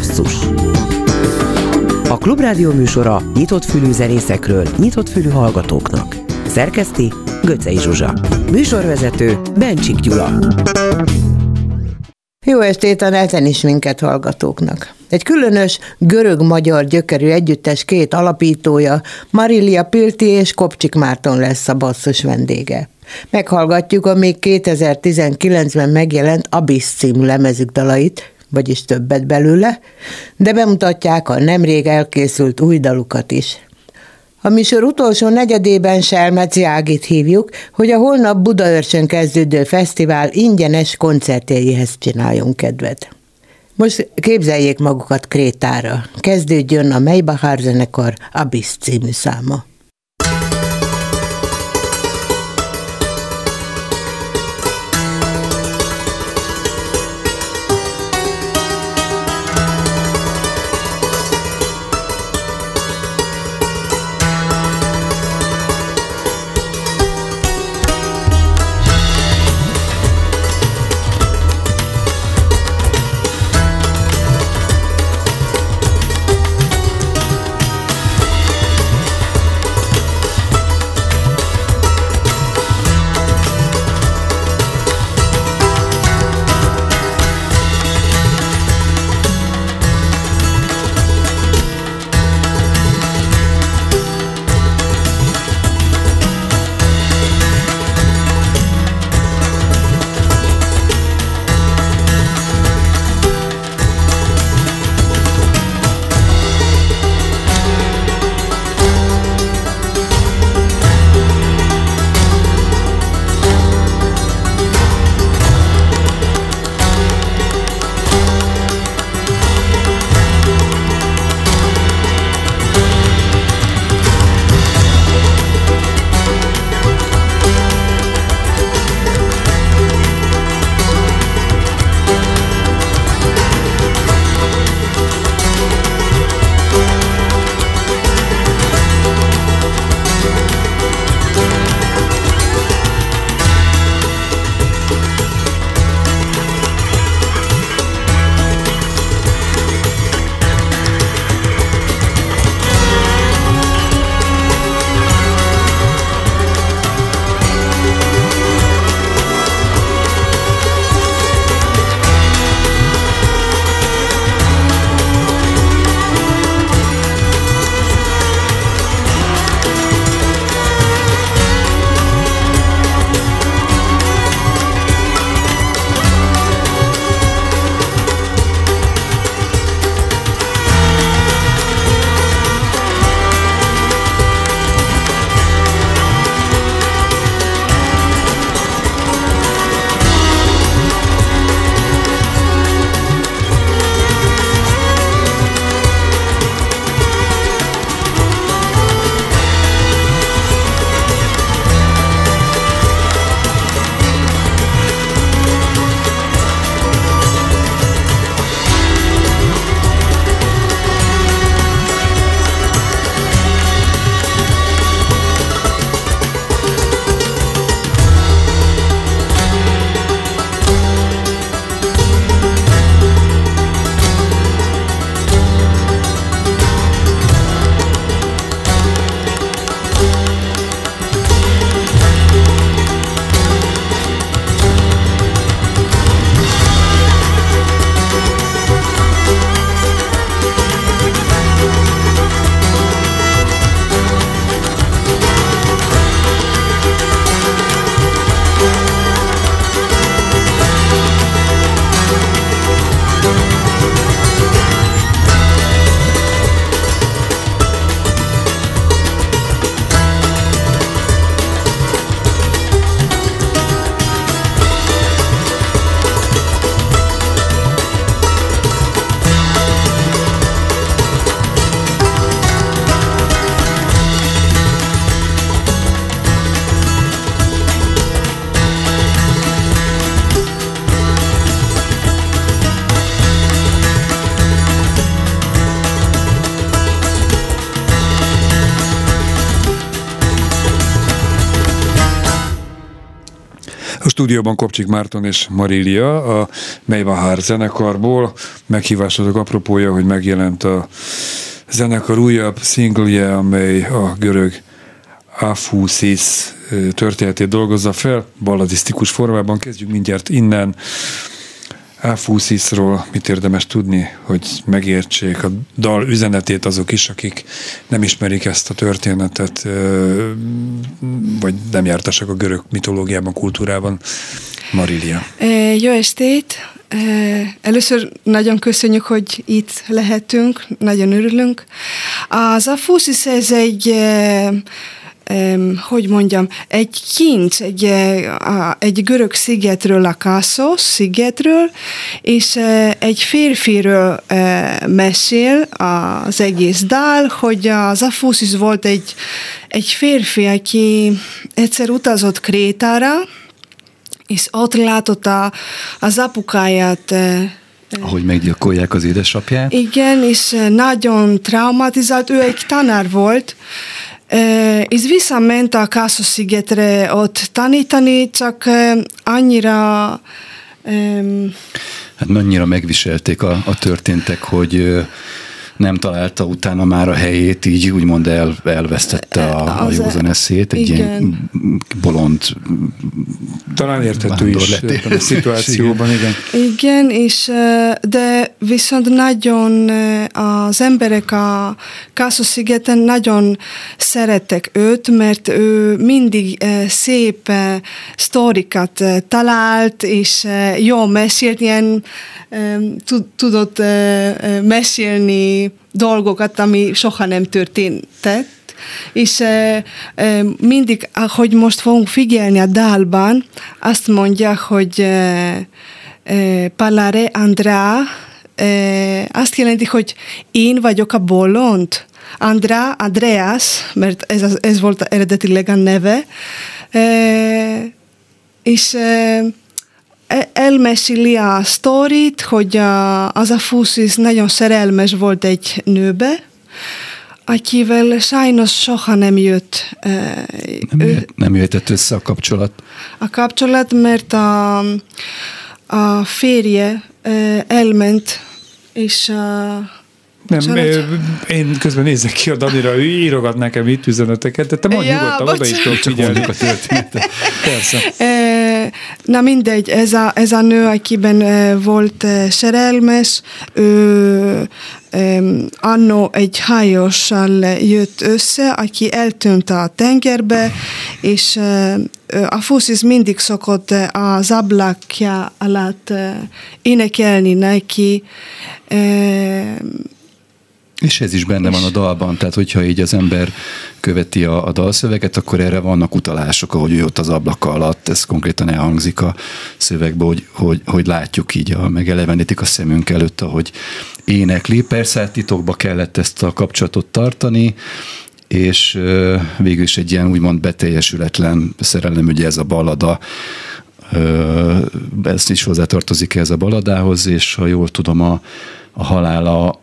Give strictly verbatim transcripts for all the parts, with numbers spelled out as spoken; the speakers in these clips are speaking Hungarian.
Basszus. A Klubrádió műsora nyitott fülű zenészekről, nyitott fülű hallgatóknak. Szerkeszti Göcsei Zsuzsa. Műsorvezető Bencsik Gyula. Jó estét a neten is minket hallgatóknak. Egy különös görög-magyar gyökerű együttes két alapítója, Marilia Pilti és Kopcsik Márton lesz a basszus vendége. Meghallgatjuk a még kétezer-tizenkilencben megjelent Abyss című lemezük dalait, vagyis többet belőle, de bemutatják a nemrég elkészült új dalukat is. A műsor utolsó negyedében Selmeci Ágit hívjuk, hogy a holnap Budaörsön kezdődő fesztivál ingyenes koncertjeihez csináljunk kedvet. Most képzeljék magukat Krétára. Kezdődjön a Maybachar zenekar Abyss című száma. stúdióban Kopcsik Márton és Marília, a Meyvahár zenekarból. Meghívásodok apropója, hogy megjelent a zenekar újabb szingleje, amely a görög Afusis történetét dolgozza fel, balladisztikus formában. Kezdjük mindjárt innen. Afusisról mit érdemes tudni, hogy megértsék a dal üzenetét azok is, akik nem ismerik ezt a történetet, vagy nem jártasak a görög mitológiában, kultúrában. Marília. Jó estét! Először nagyon köszönjük, hogy itt lehetünk, nagyon örülünk. Az Afusis ez egy Um, hogy mondjam, egy kincs, egy, uh, egy görög szigetről, a Kassos szigetről, és uh, egy férfiről uh, mesél az egész dal, hogy az Afusis volt egy, egy férfi, aki egyszer utazott Krétára, és ott látott a, az apukáját, uh, ahogy meggyilkolják az édesapját. Igen, és nagyon traumatizált, ő egy tanár volt, Uh, és visszament a Kassos-szigetre ott tanítani, csak uh, annyira... Um, hát annyira megviselték a, a történtek, hogy uh, nem találta utána már a helyét, így úgymond el, elvesztette a, a józan eszét, egy igen. ilyen bolond talán érthető is a szituációban, igen. Igen, és, de viszont nagyon az emberek a Kassos-szigeten nagyon szerettek őt, mert ő mindig szép sztorikat talált, és jól mesélt, ilyen tudott mesélni dolgokat, ami soha nem történtett, és e, e, mindig, ahogy most fogunk figyelni a dalban, azt mondja, hogy e, e, parlare Andrá, e, azt jelenti, hogy én vagyok a bolond. Andrá, Andreas, mert ez, ez volt eredetileg a neve, e, és e, elmeséli a sztorit, hogy a, az Afusis nagyon szerelmes volt egy nőbe, akivel sajnos soha nem jött. Nem, ő, nem jöhetett össze a kapcsolat. A kapcsolat, mert a, a férje elment, és a nem, én közben nézek ki a Danira, ő írogat nekem itt üzeneteket, de te mondj ja, nyugodtan, oda is tudok figyelni a történetet. Persze. Na mindegy, ez a, ez a nő, akiben volt szerelmes, ő annó egy hajóssal jött össze, aki eltűnt a tengerbe, és Afusis mindig szokott az ablakja alatt énekelni neki. És ez is benne van a dalban, tehát hogyha így az ember követi a, a dalszöveget, akkor erre vannak utalások, ahogy ő ott az ablaka alatt, ez konkrétan elhangzik a szövegbe, hogy, hogy, hogy látjuk így, a, megelevenítik a szemünk előtt, ahogy énekli. Persze hát titokba kellett ezt a kapcsolatot tartani, és ö, végül is egy ilyen úgymond beteljesületlen szerelem, ugye ez a ballada, ö, ez is hozzátartozik ez a balladához, és ha jól tudom, a, a halála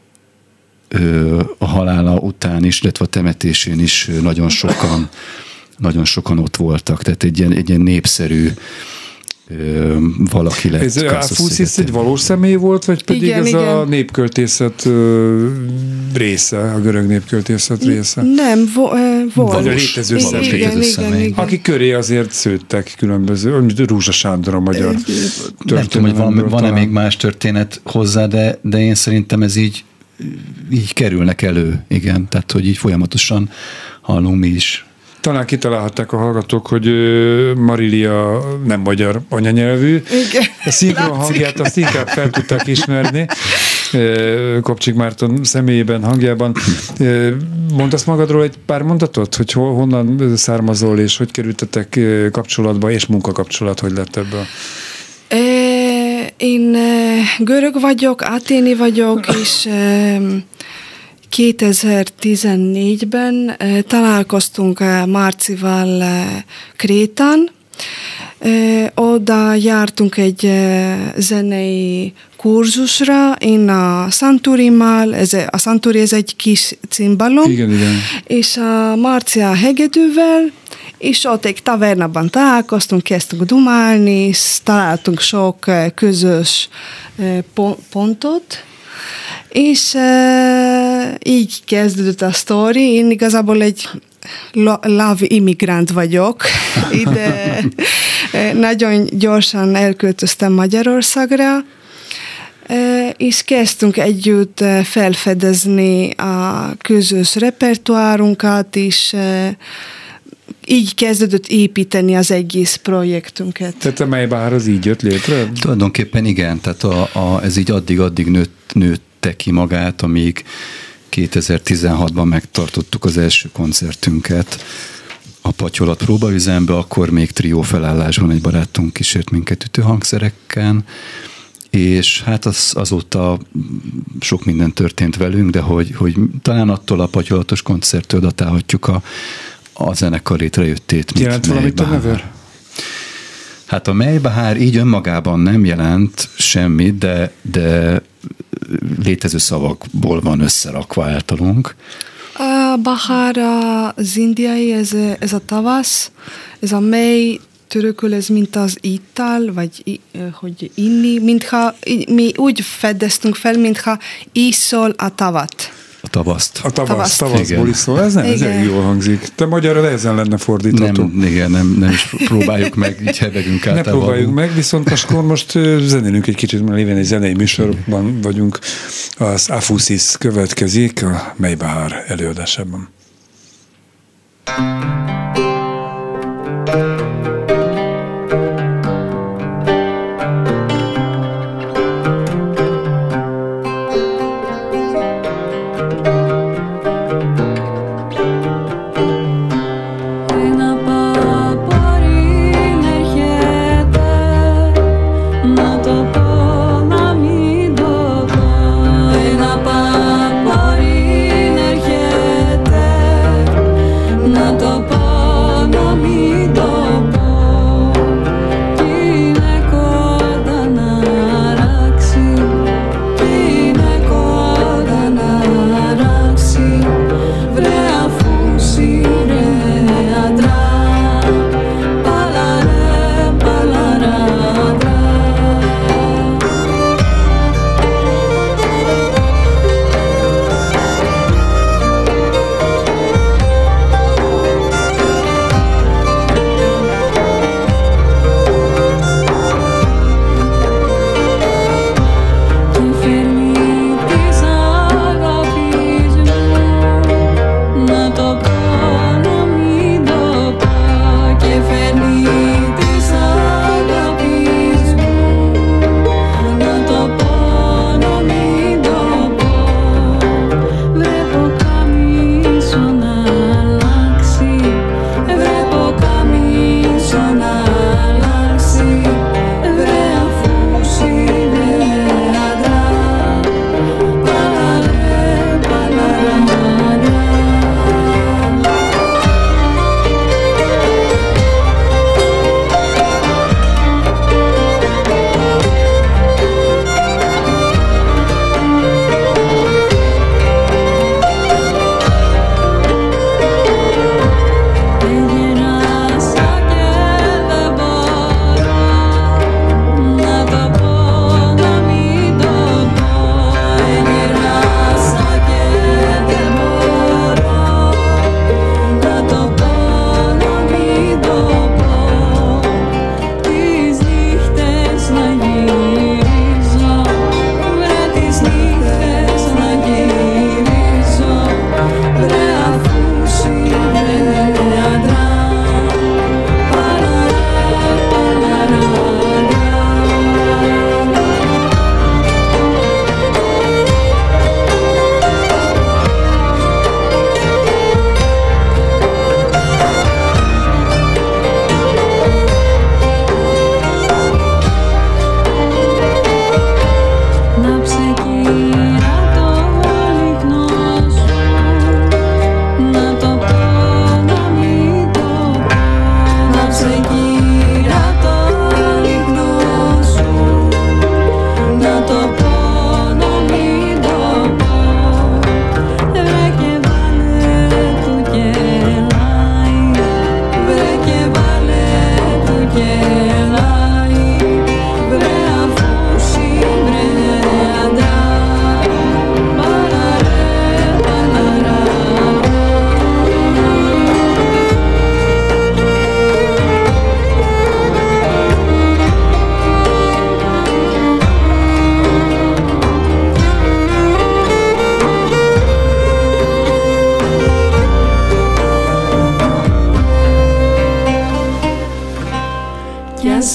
a halála után is, illetve a temetésén is nagyon sokan, nagyon sokan ott voltak. Tehát egy ilyen, egy ilyen népszerű ö, valaki lett. Ez Afusis egy valós személy volt, vagy pedig igen, ez igen. a népköltészet ö, része, a görög népköltészet része? Nem, vo, ö, volt. Vagy a létező igen, személy. Igen, igen, igen. Aki köré azért szőttek különböző, Rózsa Sándor a magyar nem tudom, hogy van, van-e még más történet hozzá, de, de én szerintem ez így így kerülnek elő, igen, tehát hogy így folyamatosan hallunk mi is. Talán kitalálhatták a hallgatók, hogy Marília nem magyar anyanyelvű. Igen. A szinkron hangját azt inkább fel tudták ismerni. Kopcsik Márton személyében, hangjában. Mondasz magadról egy pár mondatot, hogy honnan származol, és hogy kerültetek kapcsolatba, és munkakapcsolat, hogy lett ebből? Én görög vagyok, aténi vagyok, és kétezer-tizennégyben találkoztunk Marcival Krétán. Oda jártunk egy zenei kurzusra, én a Santurimmal, ez, a Santuri ez egy kis cimbalom, igen, igen. és a Marcia hegedűvel, és ott egy tavernában találkoztunk, kezdtünk dumálni, találtunk sok közös pontot, és így kezdődött a sztori. Én igazából egy love immigrant vagyok. Ide nagyon gyorsan elköltöztem Magyarországra, és kezdtünk együtt felfedezni a közös repertoárunkat, és így kezdődött építeni az egész projektünket. Tehát a Maybach az így jött létre? Tulajdonképpen igen, tehát a, a, ez így addig-addig nőtt, nőtte ki magát, amíg kétezer-tizenhatban megtartottuk az első koncertünket a Patyolat próbaüzembe, akkor még trió felállásban egy barátunk kísért minket ütőhangszerekkel, és hát az, azóta sok minden történt velünk, de hogy, hogy talán attól a Patyolatos koncerttől datálhatjuk a, a zenekar létrejöttét. Jelent valamit a neve? Hát a Maybach így önmagában nem jelent semmit, de, de létező szavakból van összerakva általunk. A Bahar az indiai, ez, ez a tavasz, ez a mély, törökül ez mint az ital, vagy hogy inni, mintha mi úgy fedeztünk fel, mintha iszol a tavat. A tavaszt. A tavasz, tavaszból is szól. Ez nem, ez elég jól hangzik. Te magyarra ezen lenne fordítható. Nem, igen, nem, nem is próbáljuk meg, így hebegünk általában. Ne próbáljuk meg, viszont akkor most zenélünk egy kicsit, mert lévén egy zenei műsorban vagyunk. Az Afusis következik a Maybach előadásában. Το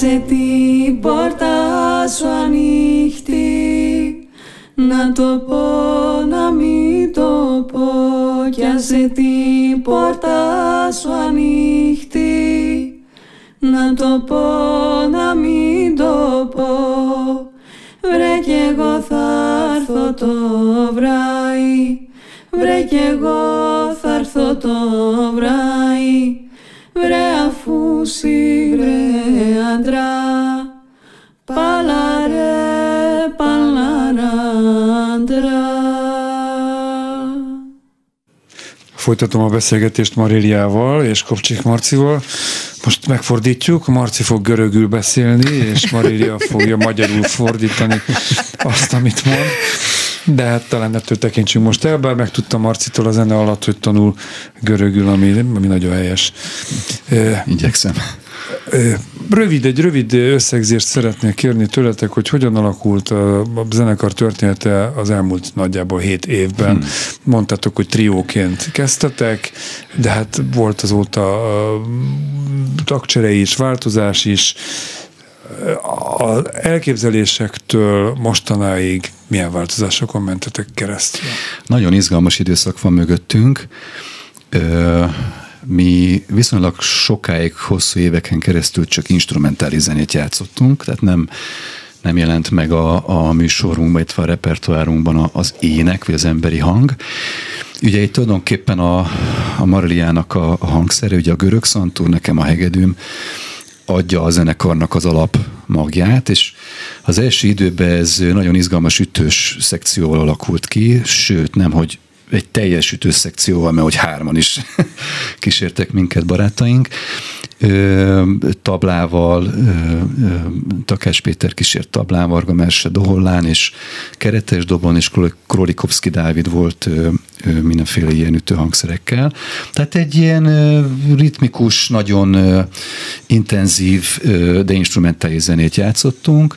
άσε την πόρτα σου ανοιχτή. Να το πω, να μην το πω, κι άσε την πόρτα σου ανοιχτή. Να το πω, να μην το πω, βρε κι εγώ θα έρθω το βράδυ, βρε κι εγώ θα έρθω το βράδυ, βρε αφού σι βρε άντρα, παλαρέ, παλαράντρα. Folytatom a beszélgetést Maríliával és Kopcsik Marcival. Most megfordítjuk, Marci fog görögül beszélni, és Marília fogja magyarul fordítani azt, amit mond. De hát talán ettől tekintsünk most el, bár megtudtam Marcitól a zene alatt, hogy tanul görögül, ami, ami nagyon helyes. Igyekszem. Rövid, egy rövid összegzést szeretnék kérni tőletek, hogy hogyan alakult a, a zenekar története az elmúlt nagyjából hét évben. Hmm. Mondtátok, hogy trióként kezdtetek, de hát volt azóta tagcsere is, változás is. Az elképzelésektől mostanáig milyen változásokon mentetek keresztül? Nagyon izgalmas időszak van mögöttünk. Ö, mi viszonylag sokáig, hosszú éveken keresztül csak instrumentális zenét játszottunk, tehát nem, nem jelent meg a, a műsorunkban, illetve a repertoárunkban az ének, vagy az emberi hang. Ugye itt tulajdonképpen a, a Maríliának a, a hangszere, ugye a görög szantúr, nekem a hegedűm, adja a zenekarnak az alap magját, és az első időben ez nagyon izgalmas ütős szekcióval alakult ki, sőt nem, hogy egy teljes ütős szekcióval, mert hogy hárman is kísértek minket barátaink. Ö, tablával, ö, ö, Takás Péter kísért tablán, Varga Merse dohollán, és keretes dobon, és Krolikovszki Dávid volt ö, ö, mindenféle ilyen ütőhangszerekkel. Tehát egy ilyen ö, ritmikus, nagyon ö, intenzív, ö, de instrumentális zenét játszottunk,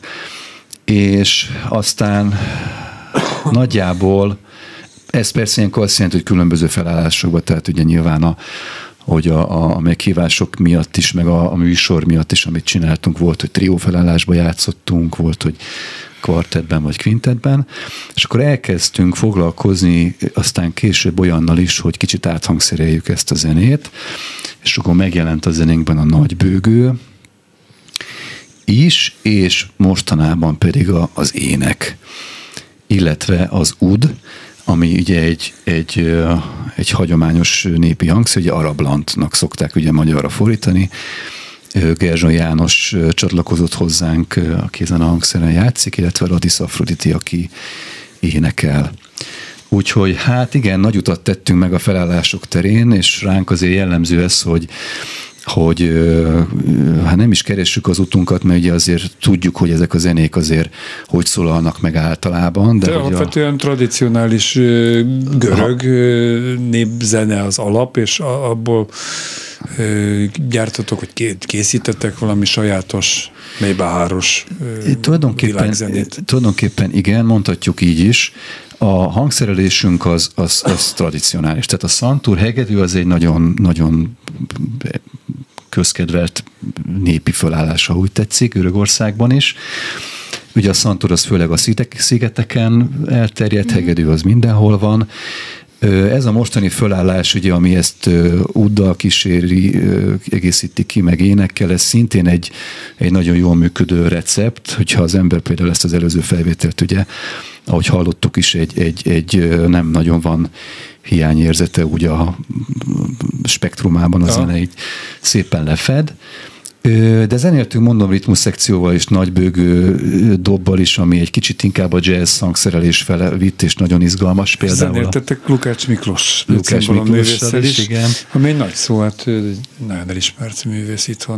és aztán nagyjából ez persze ilyenkor azt jelenti, hogy különböző felállásokban, tehát ugye nyilván a hogy a, a meghívások miatt is, meg a, a műsor miatt is, amit csináltunk, volt, hogy trió felállásban játszottunk, volt, hogy kvartettben vagy kvintettben, és akkor elkezdtünk foglalkozni aztán később olyannal is, hogy kicsit áthangszereljük ezt a zenét, és akkor megjelent a zenénkben a nagybőgő is, és mostanában pedig a, az ének, illetve az ud, ami ugye egy, egy, egy hagyományos népi hangszer, ugye arablantnak szokták ugye magyarra fordítani. Gerzson János csatlakozott hozzánk, aki ezen a hangszeren játszik, illetve Radis Afroditi, aki énekel. Úgyhogy hát igen, nagy utat tettünk meg a felállások terén, és ránk azért jellemző ez, hogy hogy hát nem is keressük az utunkat, mert ugye azért tudjuk, hogy ezek a zenék azért hogy szólalnak meg általában. De, de alapvetően a... tradicionális görög népzene az alap, és abból gyártatok, hogy készítettek valami sajátos, mélybaháros világzenét. Tulajdonképpen igen, mondhatjuk így is. A hangszerelésünk az, az, az tradicionális. Tehát a szantúr hegedű az egy nagyon, nagyon közkedvelt népi fölállása, úgy tetszik, Görögországban is. Ugye a szantúr az főleg a szigeteken elterjedt, hegedű az mindenhol van. Ez a mostani fölállás, ugye, ami ezt uddal kíséri, egészíti ki, meg énekkel, ez szintén egy, egy nagyon jól működő recept, hogyha az ember például ezt az előző felvételt, ugye, ahogy hallottuk is, egy, egy, egy nem nagyon van hiányérzete ugye a spektrumában a ja. zene így szépen lefed. De zenéltünk, mondom, ritmus szekcióval és nagybőgő dobbal is, ami egy kicsit inkább a jazz hangszerelés fele vitt, és nagyon izgalmas például. Zenéltettek Lukács Miklós, Lukács Miklóssal is, igen. Ami egy nagy szó, hát nagyon elismert művész itthon.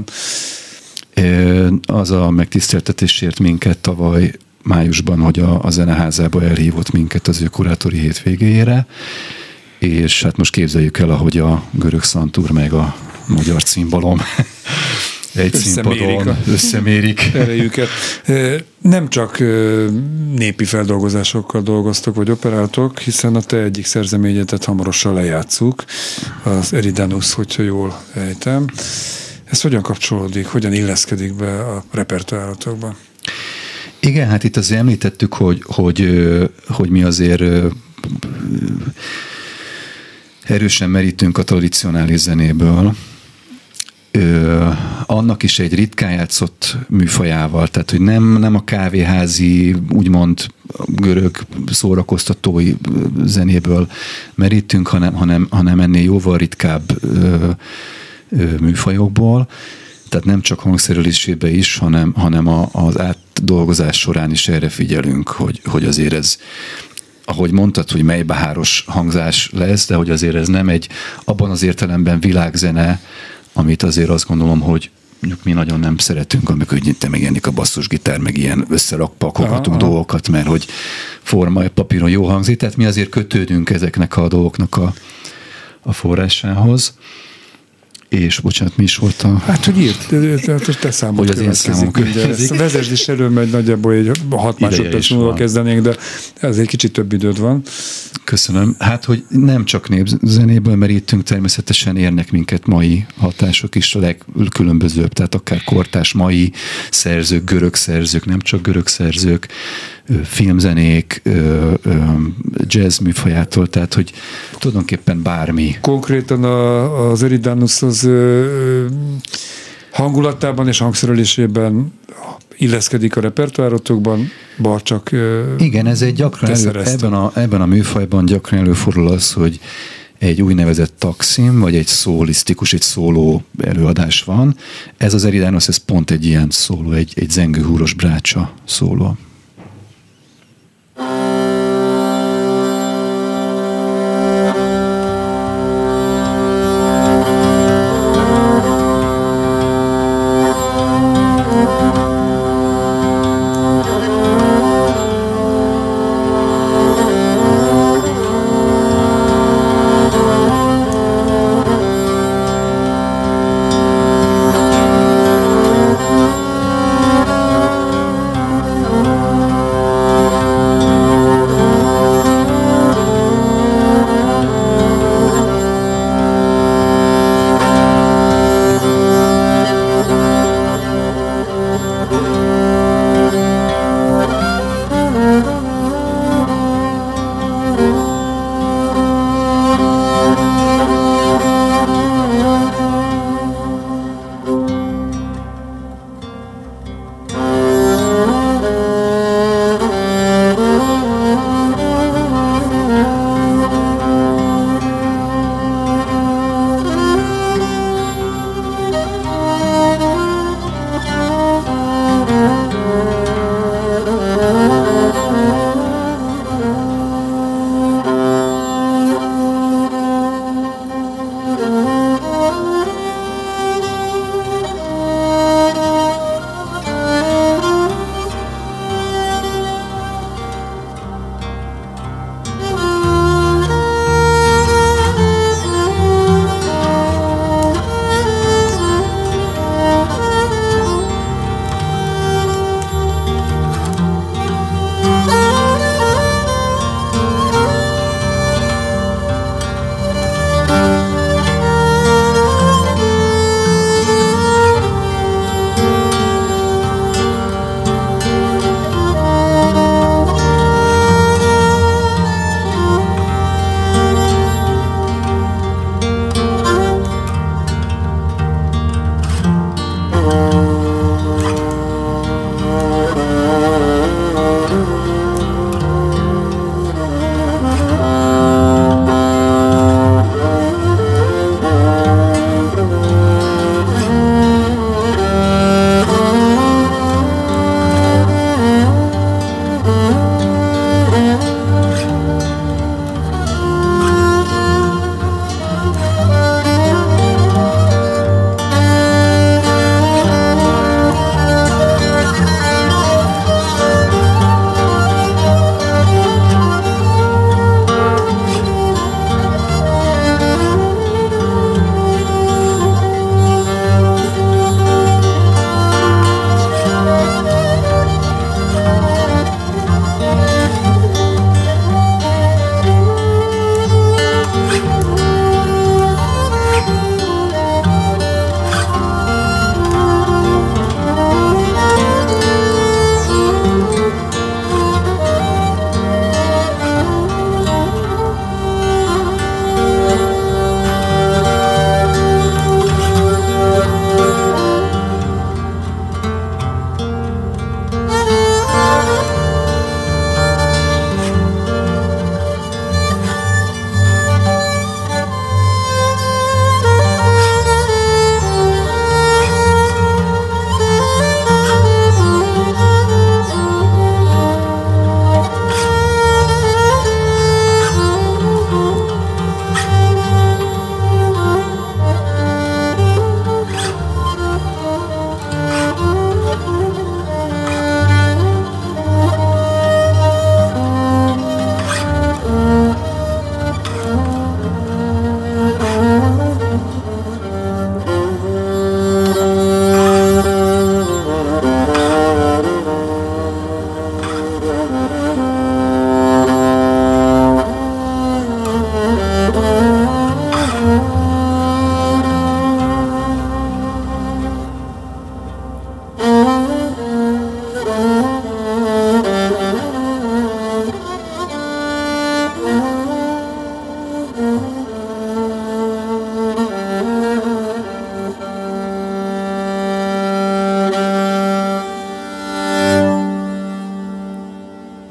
Az a megtiszteltetésért minket tavaly májusban, hogy a, a zeneházába elhívott minket az ő kurátori hétvégéjére, és hát most képzeljük el, ahogy a görög szantúr meg a magyar cimbalom egy színpadon összemérik erejüket. Nem csak népi feldolgozásokkal dolgoztok, vagy operáltok, hiszen a te egyik szerzeményetet hamarosan lejátszuk, az Eridanus, hogyha jól ejtem. Ez hogyan kapcsolódik, hogyan illeszkedik be a repertoáratokba? Igen, hát itt azért említettük, hogy, hogy, hogy mi azért erősen merítünk a tradicionális zenéből. Ö, annak is egy ritkán játszott műfajával, tehát hogy nem, nem a kávéházi, úgymond görög szórakoztatói zenéből merítünk, hanem, hanem, hanem ennél jóval ritkább ö, ö, műfajokból. Tehát nem csak hangszerelésébe is, hanem, hanem a, az átdolgozás során is erre figyelünk, hogy, hogy azért ez, ahogy mondtad, hogy melybeháros hangzás lesz, de hogy azért ez nem egy abban az értelemben világzene, amit azért azt gondolom, hogy mi nagyon nem szeretünk, amikor itt megjelenik a basszusgitár, meg ilyen összerakpakolhatunk dolgokat, mert hogy forma, papíron jó hangzik, tehát mi azért kötődünk ezeknek a dolgoknak a, a forrásához. És bocsánat, mi is volt a... Hát, hogy írt, te számot hogy az én számom következik. Vezesd is elő, mert nagyjából egy hat másodperc múlva kezdenénk, de ez egy kicsit több időd van. Köszönöm. Hát, hogy nem csak népzenéből merítünk, természetesen érnek minket mai hatások is a legkülönbözőbb, tehát akár kortárs mai szerzők, görög szerzők, nem csak görög szerzők, filmzenék, jazz műfajától, tehát, hogy tulajdonképpen bármi. Konkrétan a, az Eridanushoz hangulatában és hangszerelésében illeszkedik a repertoárotokban, bár csak igen, ez egy gyakran elő, ebben, a, ebben a műfajban gyakran előfordul az, hogy egy úgynevezett takszim, vagy egy szólisztikus, egy szóló előadás van. Ez az Eridanos, ez pont egy ilyen szóló, egy, egy zengőhúros brácsa szóló. Oh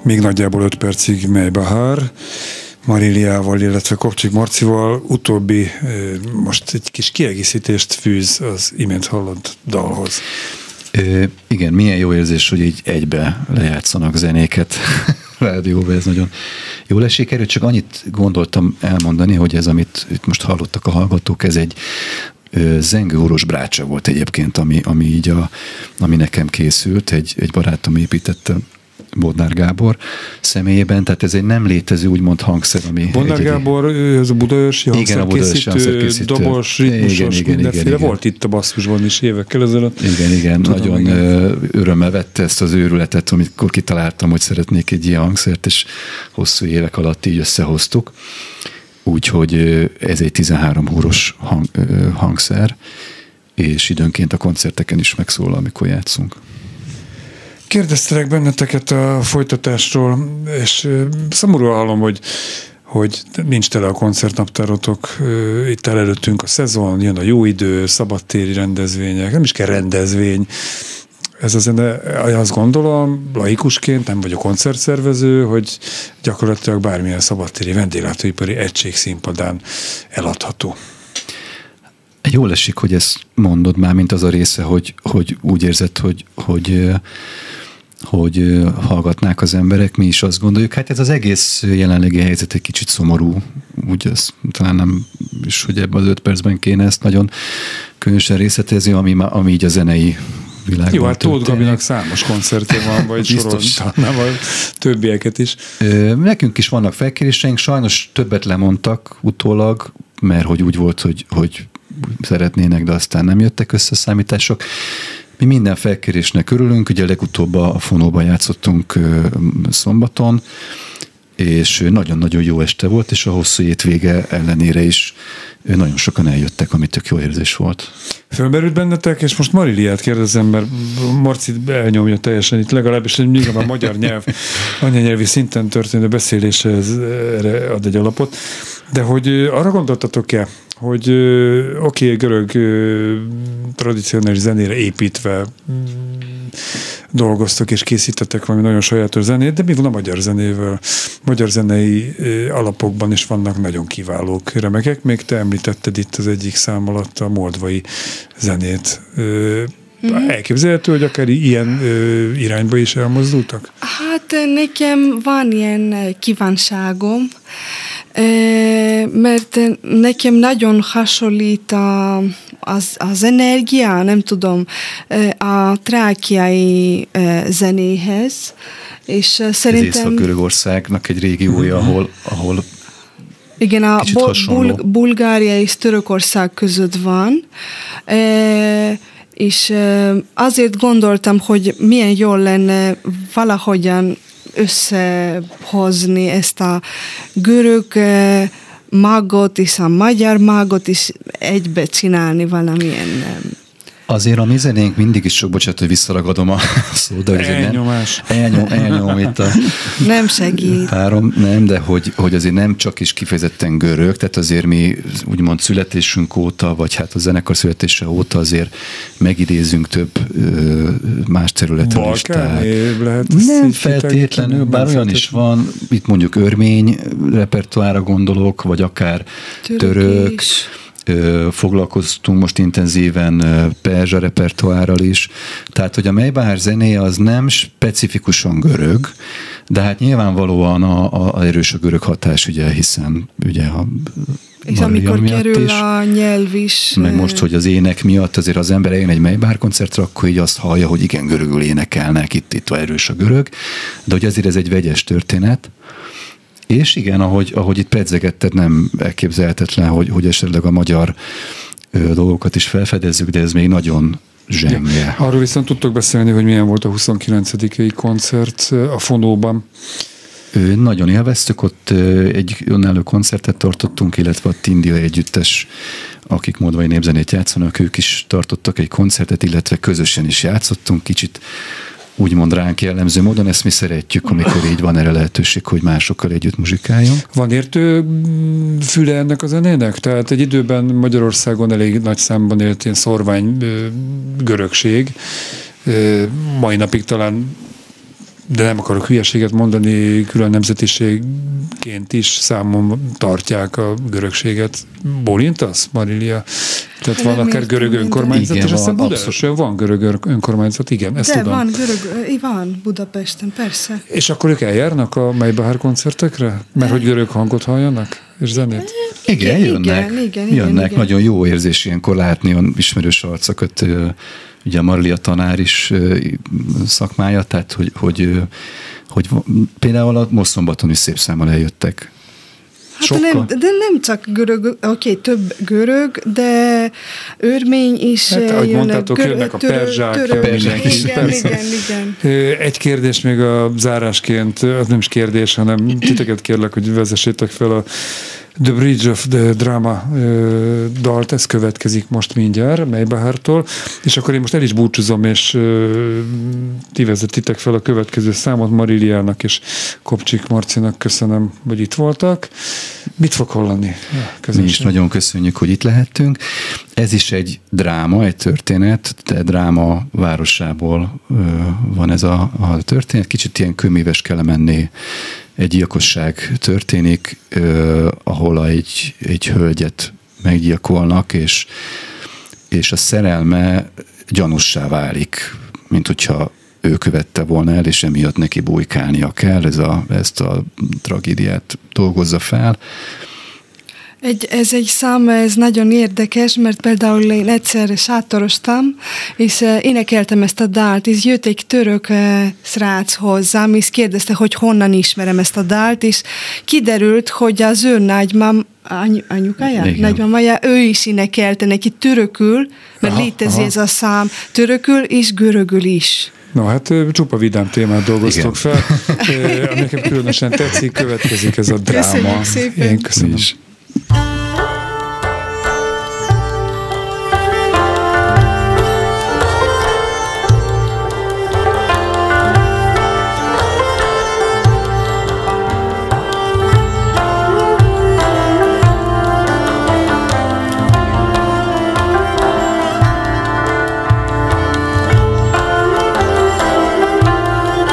még nagyjából öt percig Mejbahár, Mariliával, illetve Kopcsik Marcival. Utóbbi most egy kis kiegészítést fűz az imént hallott dalhoz. Ö, igen, milyen jó érzés, hogy így egybe lejátszanak zenéket rádióba, ez nagyon jól esik. Erről csak annyit gondoltam elmondani, hogy ez, amit itt most hallottak a hallgatók, ez egy zengőórós brácsa volt egyébként, ami, ami így a, ami nekem készült, egy, egy barátom építette, Bodnár Gábor személyében, tehát ez egy nem létező úgymond hangszer, ami... Bodnár egyedi... Gábor, ez a budaörsi hangszerkészítő, dobos, ritmusos, igen, mindenféle. Igen, volt itt a Basszusban is évekkel ezelőtt. Igen, igen, tudom, nagyon igen. Örömmel vette ezt az őrületet, amikor kitaláltam, hogy szeretnék egy ilyen hangszert, és hosszú évek alatt így összehoztuk. Úgyhogy ez egy tizenhárom húros hang, hangszer, és időnként a koncerteken is megszólal, amikor játszunk. Kérdeztelek benneteket a folytatásról, és szomorúan hallom, hogy, hogy nincs tele a koncertnaptárotok. Itt el előttünk a szezon, jön a jó idő, szabadtéri rendezvények, nem is kell rendezvény. Ez a zene, azt gondolom, laikusként, nem vagyok koncertszervező, hogy gyakorlatilag bármilyen szabadtéri vendéglátóipari egység színpadán eladható. Jól esik, hogy ezt mondod már, mint az a része, hogy, hogy úgy érzed, hogy, hogy, hogy hallgatnák az emberek, mi is azt gondoljuk. Hát ez az egész jelenlegi helyzet egy kicsit szomorú, úgy ez talán nem is, hogy ebben az öt percben kéne ezt nagyon különösen részletezni, ami, ami így a zenei világban. Jó, hát Tóth Gabinak számos koncertje van, vagy sorolhatnám a többieket is. Nekünk is vannak felkéréseink, sajnos többet lemondtak utólag, mert hogy úgy volt, hogy, hogy szeretnének, de aztán nem jöttek össze a számítások. Mi minden felkérésnek örülünk, ugye legutóbb a Fonóban játszottunk szombaton, és nagyon-nagyon jó este volt, és a hosszú hétvége ellenére is nagyon sokan eljöttek, ami tök jó érzés volt. Fölmerült bennetek, és most Mariliát kérdezem, mert Marci elnyomja teljesen itt, legalábbis nyilván a magyar nyelv, anyanyelvi szinten történő beszélése ez, erre ad egy alapot, de hogy arra gondoltatok-e, hogy oké, okay, görög tradicionális zenére építve dolgoztak és készítettek valami nagyon sajátos zenét, de mi van a magyar zenével? Magyar zenei alapokban is vannak nagyon kiválók, remekek. Még te említetted itt az egyik szám alatt a moldvai zenét. Mm-hmm. Elképzelhető, hogy akár ilyen irányba is elmozdultak? Hát nekem van ilyen kívánságom, mert nekem nagyon hasonlít a, az, az energia, nem tudom, a trákiai zenéhez, és szerintem... Ez Észak-Görögországnak egy régiója, ahol, ahol igen, a Bul- Bulgária és Törökország között van, és azért gondoltam, hogy milyen jól lenne valahogyan összehozni ezt a görög magot és a magyar magot is egybe csinálni valamilyen... Azért a mi zenénk mindig is sok, bocsánat, hogy visszaragadom a szót, de elnyomás. Nem, elnyom, elnyom itt a... Nem segít. Párom, nem, de hogy, hogy azért nem csak is kifejezetten görög, tehát azért mi úgymond születésünk óta, vagy hát a zenekar születése óta azért megidézünk több ö, más területről is. Balkán lehet nem feltétlenül, bár nem olyan feltétlen. Is van, itt mondjuk örmény repertoára gondolok, vagy akár török, török foglalkoztunk most intenzíven perzsa repertoárral is. Tehát, hogy a Mejbahár zenéje az nem specifikusan görög, de hát nyilvánvalóan a, a, a erős a görög hatás, ugye, hiszen ugye a és amikor kerül is, a nyelv is. Meg most, hogy az ének miatt azért az ember eljön egy Mejbahár koncertre, akkor így azt hallja, hogy igen, görögül énekelnek, itt, itt erős a görög, de hogy azért ez egy vegyes történet. És igen, ahogy, ahogy itt pedzegetted, nem elképzelhetetlen, hogy, hogy esetleg a magyar ö, dolgokat is felfedezzük, de ez még nagyon zsenge. Ja. Arról viszont tudtok beszélni, hogy milyen volt a huszonkilencedikei koncert a Fonóban. Ö, nagyon élveztük, ott ö, egy önálló koncertet tartottunk, illetve a Tindia együttes, akik moldvai népzenét játszanak, ők is tartottak egy koncertet, illetve közösen is játszottunk, kicsit úgymond ránk jellemző módon, ezt mi szeretjük, amikor így van erre lehetőség, hogy másokkal együtt muzsikáljunk. Van értő füle ennek a zenének? Tehát egy időben Magyarországon elég nagy számban élt ilyen szorvány görögség. Mai napig talán de nem akarok hülyeséget mondani, külön nemzetiségként is számon tartják a görögséget. Bólintasz, Marilia? Tehát van akár görög önkormányzat, igen, és aztán van, Budapesten van görög önkormányzat, igen, ezt De tudom. van görög, van Budapesten, persze. És akkor ők eljárnak a Maybachar koncertekre? Mert hogy görög hangot halljanak? És zenét? Igen, Igen, jönnek. igen, igen, igen, jönnek. igen. Nagyon jó érzés ilyenkor látni olyan ismerős arcokat. Ugye a Marilia tanár is szakmája, tehát hogy, hogy, hogy például a most szombaton is szép számmal eljöttek. Hát nem, de nem csak görög, oké, okay, több görög, de örmény is Hát, ahogy jönnek. mondtátok, Gör, jönnek a török, perzsák, török, a perzsák is, igen, persze. igen, igen. Egy kérdés még a zárásként, az nem is kérdés, hanem titeket kérlek, hogy vezessétek fel a The Bridge of the Drama ö, dalt, ez következik most mindjárt, Maybahartól, és akkor én most el is búcsúzom, és ö, ti vezetitek fel a következő számot, Mariliának és Kopcsik Marcinak köszönöm, hogy itt voltak. Mit fog hallani? Ja, Mi is nagyon köszönjük, hogy itt lehettünk. Ez is egy dráma, egy történet, de dráma városából ö, van ez a, a történet. Kicsit ilyen köméves Kelemenné egy gyilkosság történik, eh, ahol egy, egy hölgyet meggyilkolnak, és, és a szerelme gyanussá válik, mint hogyha ő követte volna el, és emiatt neki bujkálnia kell, ez a, ezt a tragédiát dolgozza fel. Egy, ez egy szám, ez nagyon érdekes, mert például én egyszer sátoroztam, és énekeltem ezt a dalt, és jött egy török srác hozzám, és kérdezte, hogy honnan ismerem ezt a dalt, és kiderült, hogy az ő nagymam, Any, anyukája? Igen. Nagymamája, ő is énekelte neki törökül, mert Aha, létezik aha. ez a szám törökül és görögül is. No, hát csupa vidám témát dolgoztok Igen. fel. Ami nekem különösen tetszik, következik ez a dráma. Köszönjük szépen. Én köszönöm. Mi is.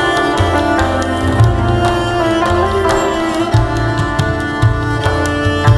Thank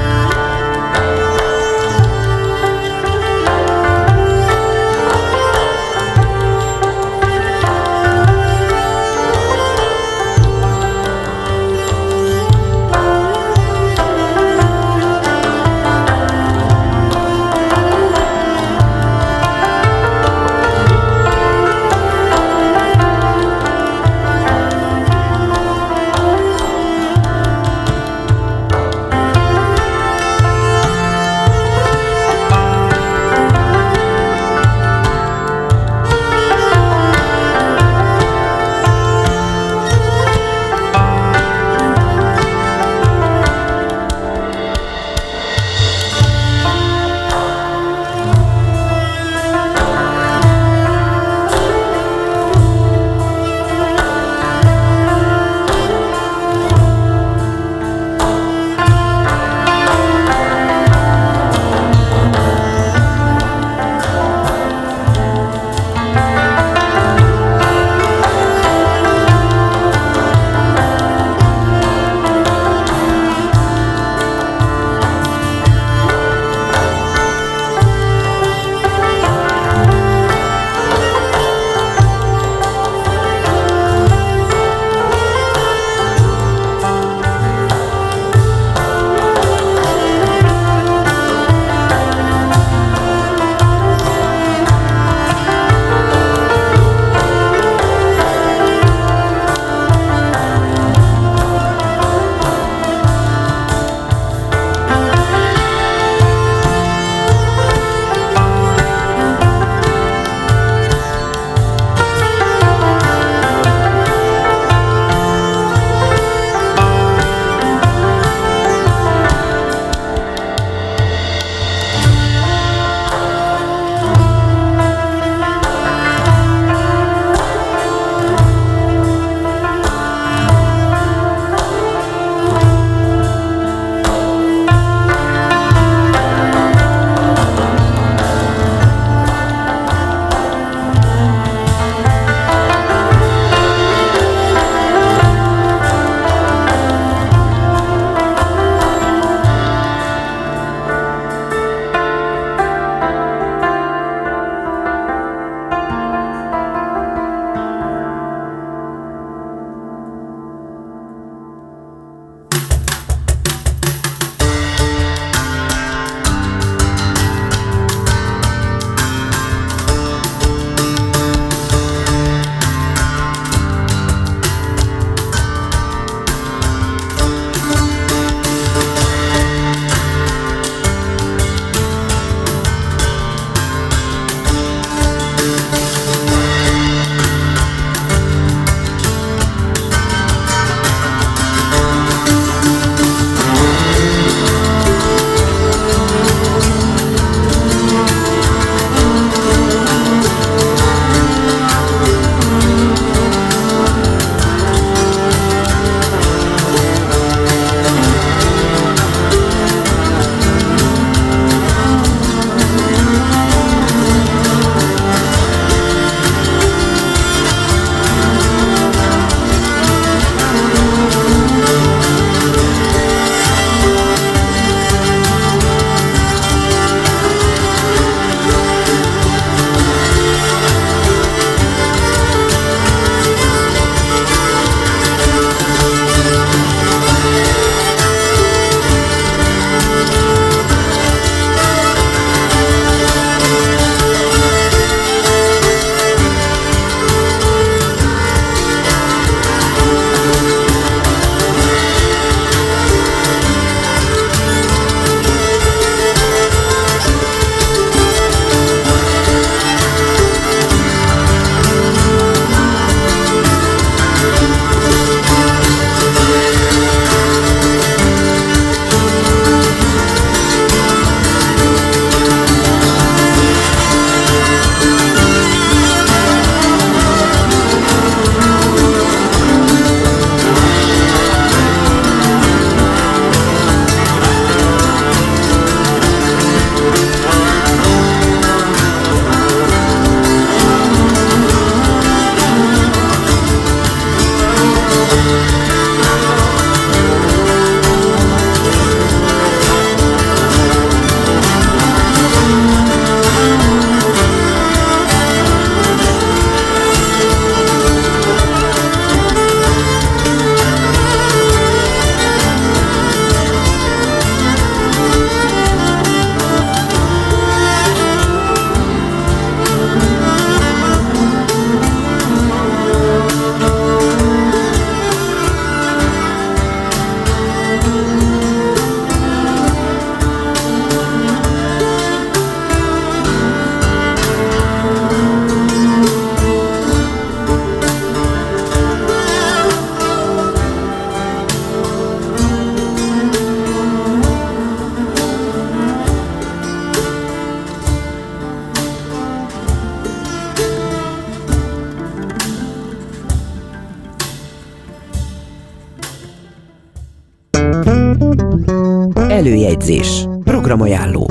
Előjegyzés. Programajánló.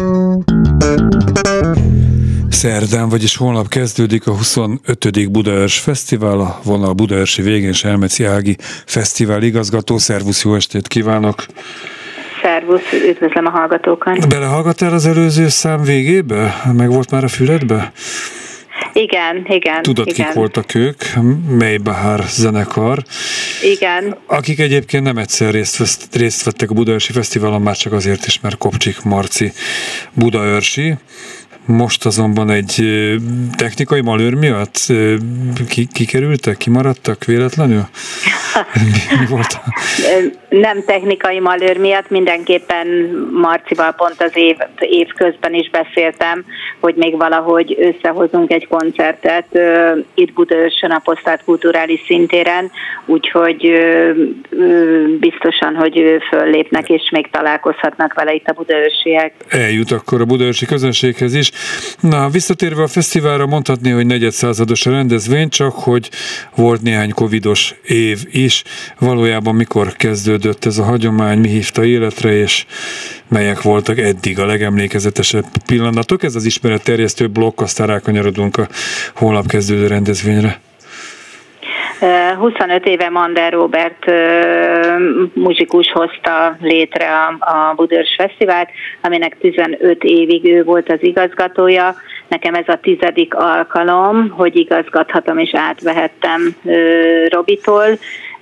Szerdán, vagyis holnap kezdődik a huszonötödik Budaörs Fesztivál, a vonal budaörsi végén Selmeci Ági fesztivál igazgató. Szervusz, jó estét kívánok! Szervusz, üdvözlöm a hallgatókat! Belehallgattál az előző szám végébe? Meg volt már a füledbe? Igen, igen. Tudod, igen. kik voltak ők? Maybahar zenekar. Igen. Akik egyébként nem egyszer részt, vesz, részt vettek a Budaörsi Fesztiválon, már csak azért is, mert Kopcsik Marci budaörsi. Most azonban egy technikai malőr miatt ki, kikerültek, kimaradtak véletlenül? Mi, mi volt? Nem technikai malőr miatt, mindenképpen Marcival pont az év, év közben is beszéltem, hogy még valahogy összehozunk egy koncertet uh, itt Budaörsön a Posztát Kulturális Szintéren, úgyhogy uh, uh, biztosan, hogy föllépnek és még találkozhatnak vele itt a budaörsiek. Eljut akkor a budaörsi közönséghez is. Na, visszatérve a fesztiválra, mondhatni, hogy negyedszázados a rendezvény, csak hogy volt néhány covidos év is. Valójában mikor kezdődött ez a hagyomány, mi hívta életre, és melyek voltak eddig a legemlékezetesebb pillanatok? Ez az ismeretterjesztő blokk, aztán rákanyarodunk a holnap kezdődő rendezvényre. huszonöt éve Mander Róbert muzsikus hozta létre a, a Budaörs Fesztivált, aminek tizenöt évig ő volt az igazgatója. Nekem ez a tizedik alkalom, hogy igazgathatom és átvehettem Robitól.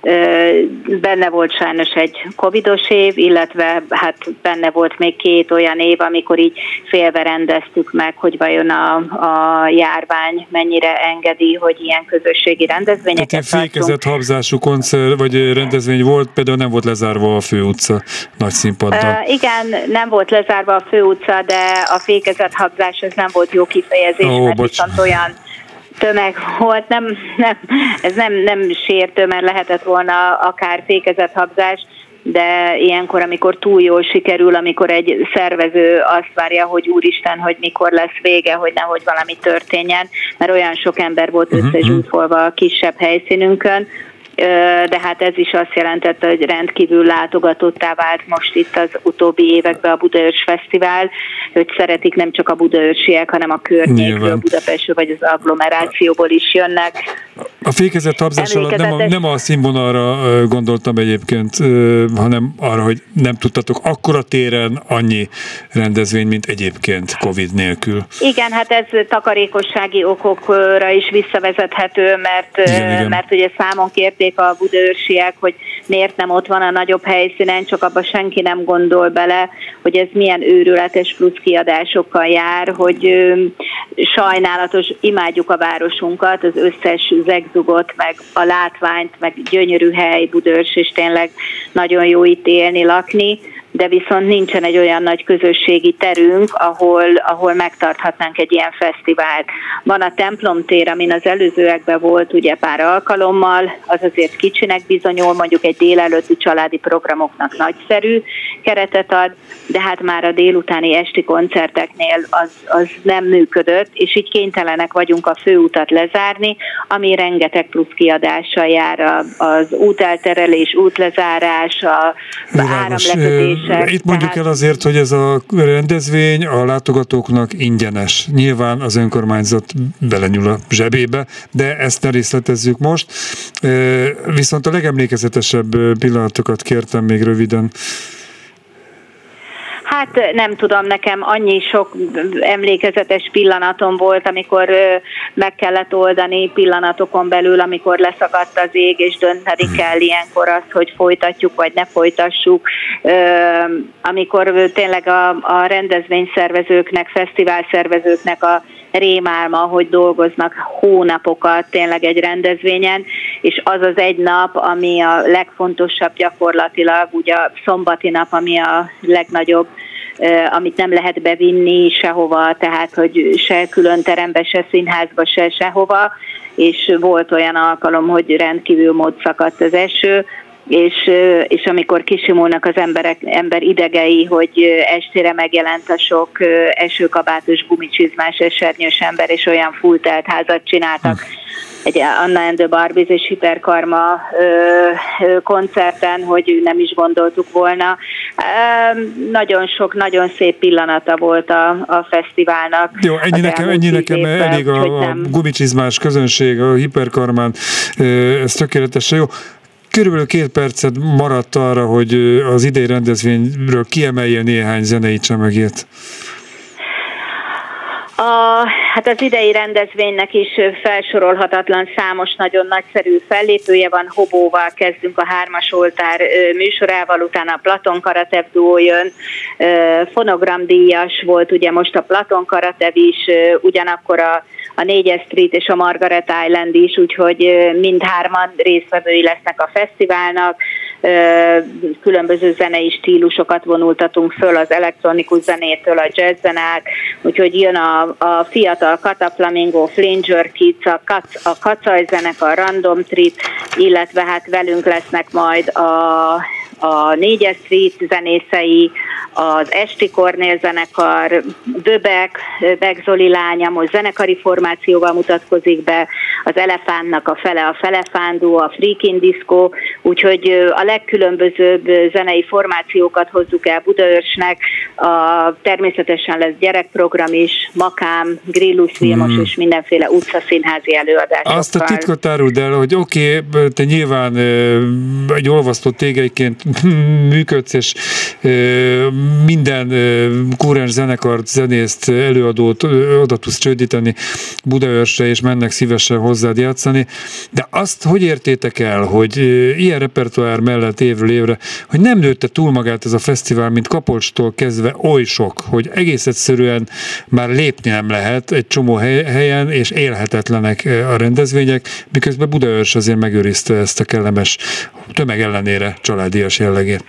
Benne volt sajnos egy covidos év, illetve hát benne volt még két olyan év, amikor így félve rendeztük meg, hogy vajon a, a járvány mennyire engedi, hogy ilyen közösségi rendezvényeket tartunk. Tehát fékezett habzású koncert vagy rendezvény volt, például nem volt lezárva a főutca nagy színpaddal. Uh, igen, nem volt lezárva a főutca, de a fékezett habzás az nem volt jó kifejezés, oh, mert bocs. Viszont olyan tömeg volt, nem, nem, ez nem, nem sértő, mert lehetett volna akár fékezett habzás, de ilyenkor, amikor túl jól sikerül, amikor egy szervező azt várja, hogy úristen, hogy mikor lesz vége, hogy nehogy valami történjen, mert olyan sok ember volt összezsúfolva a kisebb helyszínünkön, de hát ez is azt jelentette, hogy rendkívül látogatottá vált most itt az utóbbi években a Budaörs Fesztivál, hogy szeretik nem csak a budaörsiek, hanem a környékről, Budapestről vagy az agglomerációból is jönnek. A fékezett habzás alatt nem a, nem a színvonalra gondoltam egyébként, hanem arra, hogy nem tudtatok akkora téren annyi rendezvény, mint egyébként Covid nélkül. Igen, hát ez takarékossági okokra is visszavezethető, mert, igen, igen. mert ugye számon kérték a budaörsiek, hogy miért nem ott van a nagyobb helyszínen, csak abban senki nem gondol bele, hogy ez milyen őrületes plusz kiadásokkal jár, hogy ö, sajnálatos, imádjuk a városunkat, az összes zegzugot, meg a látványt, meg gyönyörű hely Budaörs, és tényleg nagyon jó itt élni, lakni, de viszont nincsen egy olyan nagy közösségi terünk, ahol, ahol megtarthatnánk egy ilyen fesztivált. Van a templomtér, amin az előzőekben volt ugye pár alkalommal, az azért kicsinek bizonyul, mondjuk egy délelőtti családi programoknak nagyszerű keretet ad, de hát már a délutáni esti koncerteknél az, az nem működött, és így kénytelenek vagyunk a főutat lezárni, ami rengeteg plusz kiadással jár, az útelterelés, útlezárás, a áramlekötés. Itt mondjuk el azért, hogy ez a rendezvény a látogatóknak ingyenes. Nyilván az önkormányzat belenyúl a zsebébe, de ezt ne részletezzük most. Viszont a legemlékezetesebb pillanatokat kértem még röviden. Hát nem tudom, nekem annyi sok emlékezetes pillanatom volt, amikor meg kellett oldani pillanatokon belül, amikor leszakadt az ég, és dönteni kell ilyenkor azt, hogy folytatjuk, vagy ne folytassuk. Amikor tényleg a, a rendezvényszervezőknek, fesztiválszervezőknek a rémálma, hogy dolgoznak hónapokat tényleg egy rendezvényen, és az az egy nap, ami a legfontosabb gyakorlatilag, ugye a szombati nap, ami a legnagyobb, amit nem lehet bevinni sehova, tehát hogy se külön terembe, se színházba, se sehova, és volt olyan alkalom, hogy rendkívül mód szakadt az eső, és, és amikor kisimulnak az emberek, ember idegei, hogy estére megjelent a sok esőkabátos, gumicsizmás, esernyős ember, és olyan fulltelt házat csináltak egy Anna and the Barbies és Hiperkarma ö, ö, koncerten, hogy nem is gondoltuk volna. Nagyon sok, nagyon szép pillanata volt a, a fesztiválnak. Jó, ennyi nekem, ennyi nekem évben, elég a, a gumicsizmás közönség, a hiperkarmán, ez tökéletesen jó. Körülbelül két percet maradt arra, hogy az idei rendezvényről kiemelje néhány zenei csemegét. A, hát az idei rendezvénynek is felsorolhatatlan számos nagyon nagyszerű fellépője van. Hobóval kezdünk a Hármas Oltár műsorával, utána a Platon Karatev duó jön, fonogramdíjas volt ugye most a Platon Karatev is, ugyanakkor a a négyes Street és a Margaret Island is, úgyhogy mindhárman résztvevői lesznek a fesztiválnak. Különböző zenei stílusokat vonultatunk föl, az elektronikus zenétől a jazz zenák, úgyhogy jön a, a fiatal Kata Flamingo, Flanger Kids, a, Kac, a Kacaj zenekar, a Random Trip, illetve hát velünk lesznek majd a a négyes Street zenészei, az Esti Kornél zenekar, Döbek, Bek Zoli lánya, most zenekari formációval mutatkozik be, az Elefántnak a fele a Felefándó, a Freakin Disco, úgyhogy a legkülönbözőbb zenei formációkat hozzuk el Budaörsnek, a, természetesen lesz gyerekprogram is, Makám, Grillus Vilmos hmm. és mindenféle utcaszínházi előadásokkal. Azt a titkot áruld el, hogy oké, okay, te nyilván egy olvasztott tégeiként működsz, és minden kúrens zenekart, zenészt, előadót oda tudsz csődíteni Budaörsre, és mennek szívesen hozzád játszani. De azt hogy értétek el, hogy ilyen repertoár mellett évről évre, hogy nem nőtte túl magát ez a fesztivál, mint Kapolcstól kezdve oly sok, hogy egész egyszerűen már lépni nem lehet egy csomó helyen, és élhetetlenek a rendezvények, miközben Budaörs azért megőrizte ezt a kellemes tömeg ellenére családias jellegét.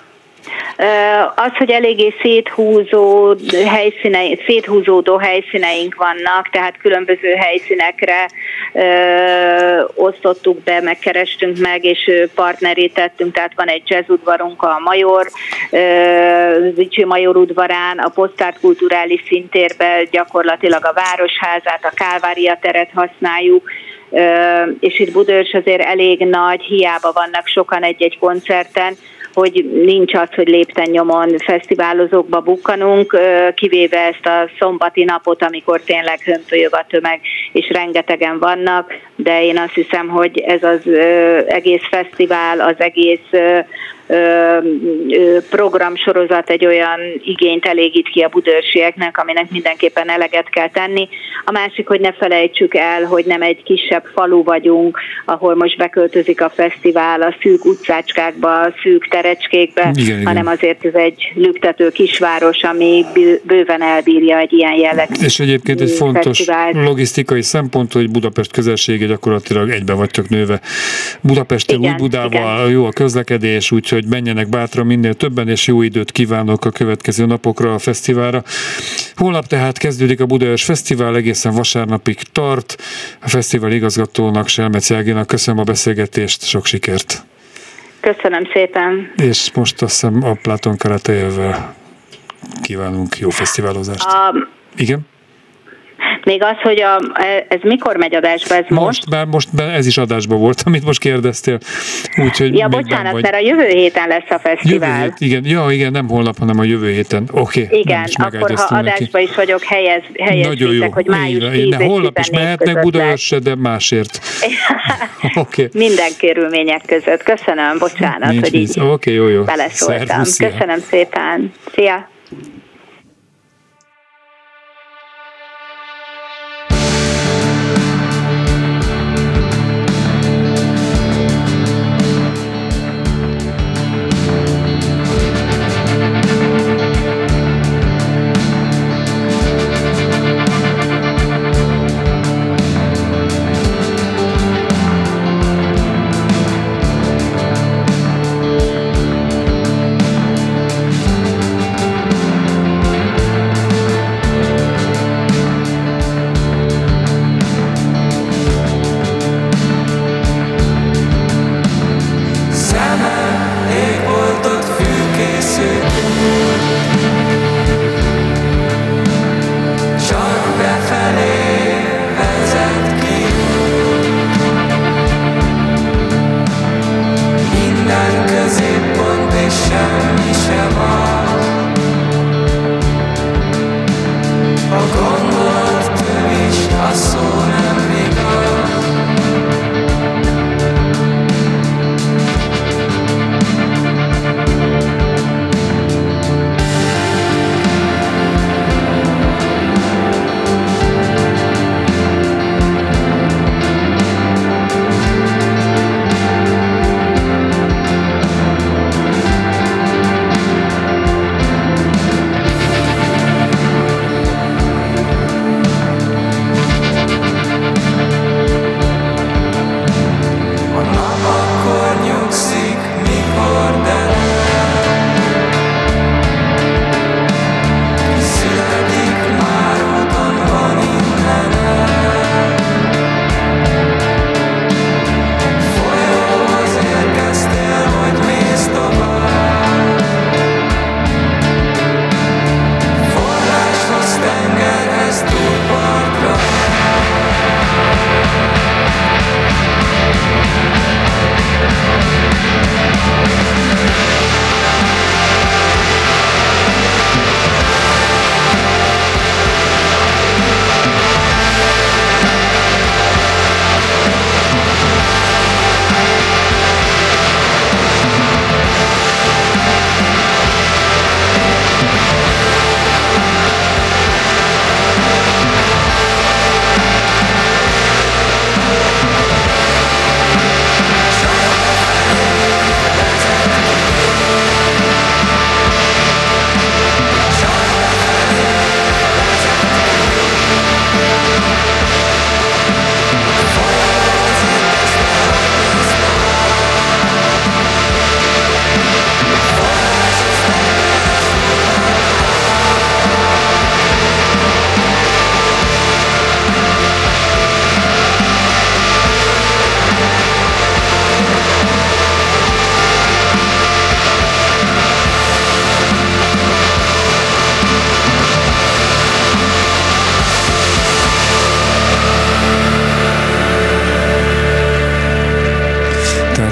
Az, hogy eléggé széthúzó helyszínei, széthúzódó helyszíneink vannak, tehát különböző helyszínekre ö, osztottuk be, megkerestünk meg, és partnerítettünk, tehát van egy jazzudvarunk a Major, Zicsi Major udvarán, a Posztárt kulturális szintérben gyakorlatilag a Városházát, a Kálvária teret használjuk, és itt Budaörs azért elég nagy, hiába vannak sokan egy-egy koncerten, hogy nincs az, hogy lépten nyomon fesztiválozókba bukkanunk, kivéve ezt a szombati napot, amikor tényleg hömpölyög a tömeg, és rengetegen vannak, de én azt hiszem, hogy ez az egész fesztivál, az egész programsorozat egy olyan igényt elégít ki a budaörsieknek, aminek mindenképpen eleget kell tenni. A másik, hogy ne felejtsük el, hogy nem egy kisebb falu vagyunk, ahol most beköltözik a fesztivál a szűk utcácskákba, a szűk terecskékbe, igen, hanem igen. Azért ez egy lüktető kisváros, ami bőven elbírja egy ilyen jellegű. És egyébként egy fontos fesztivált. Logisztikai szempont, hogy Budapest közelsége gyakorlatilag egybe vagytok nőve. Budapesttel, Új-Budával igen. Jó a közlekedés, úgyhogy hogy menjenek bátran minél többen, és jó időt kívánok a következő napokra a fesztiválra. Holnap tehát kezdődik a Budaörs Fesztivál, egészen vasárnapig tart. A fesztivál igazgatónak, Selmeci Áginak köszönöm a beszélgetést, sok sikert! Köszönöm szépen! És most azt hiszem a Platon Karatejével kívánunk jó fesztiválozást. A... Igen? Még az, hogy a, ez mikor megy adásba, ez most? Most, bár most bár ez is adásban volt, amit most kérdeztél. Úgyhogy ja, bocsánat, vagy... mert a jövő héten lesz a fesztivál. Jövő hét, igen, ja, igen, nem holnap, hanem a jövő héten. Oké. Okay, igen, akkor ha adásba is vagyok, helyez, helyeztétek, hogy május tíz és holnap is mehetnek Budaörsre, de másért. Okay. Minden körülmények között. Köszönöm, bocsánat, nincs hogy így okay, jó, jó. beleszóltam. Szervusz, köszönöm szépen. Szia! Semmi sem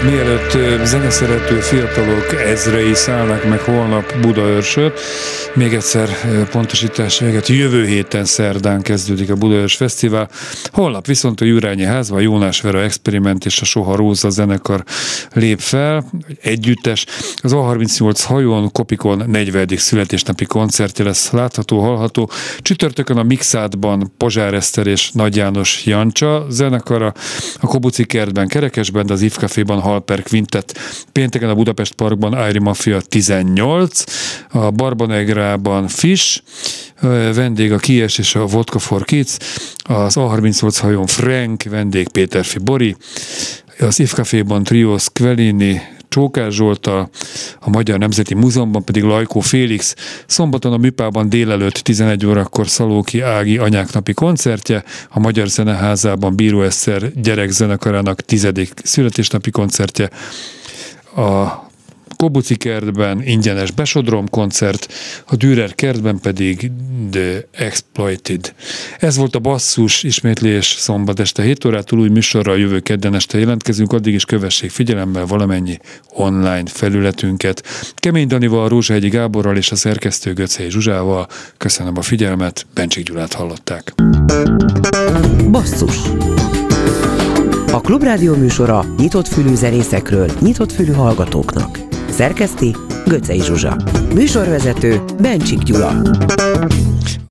Mielőtt zeneszerető fiatalok ezrei szállnak meg holnap Budaörsöt, még egyszer pontosítás véget, jövő héten szerdán kezdődik a Budaörs Fesztivál, holnap viszont a Jurányi Házban Jónás Vera Experiment és a Soha Róza zenekar lép fel, együttes. Az A harmincnyolc hajón Kopikon negyvenedik születésnapi koncertje lesz látható, hallható. Csütörtökön a Mixádban Pozsár Eszter és Nagy János Jancsa zenekara, a Kobuci Kertben Kerekesben, de az If Caféban Halper Quintet, pénteken a Budapest Parkban Airy Mafia tizennyolc, a Barbanegrában Fish, vendég a Kies és a Vodka for Kids, az A harmincnyolc hajón Frank, vendég Péterfi Bori, az If Caféban Trio Squellini, Csókás Zsolttal, a Magyar Nemzeti Múzeumban pedig Lajkó Félix, szombaton a Műpában délelőtt tizenegy órakor Szalóki Ági anyáknapi koncertje, a Magyar Zeneházában Bíró Eszter gyerekzenekarának tizedik születésnapi koncertje, a Kobuci Kertben ingyenes Besodrom koncert, a Dürer Kertben pedig The Exploited. Ez volt a Basszus, ismétlés szombat este hét órától, új műsorral jövő kedden este jelentkezünk, addig is kövessék figyelemmel valamennyi online felületünket. Kemény Danival, Rózsahegyi Gáborral és a szerkesztő Göczei Zsuzsával köszönöm a figyelmet, Bencsik Gyulát hallották. Basszus. A Klubrádió műsora nyitott fülű zenészekről, nyitott fülű hallgatóknak. Szerkeszti Göczei Zsuzsa. Műsorvezető Bencsik Gyula.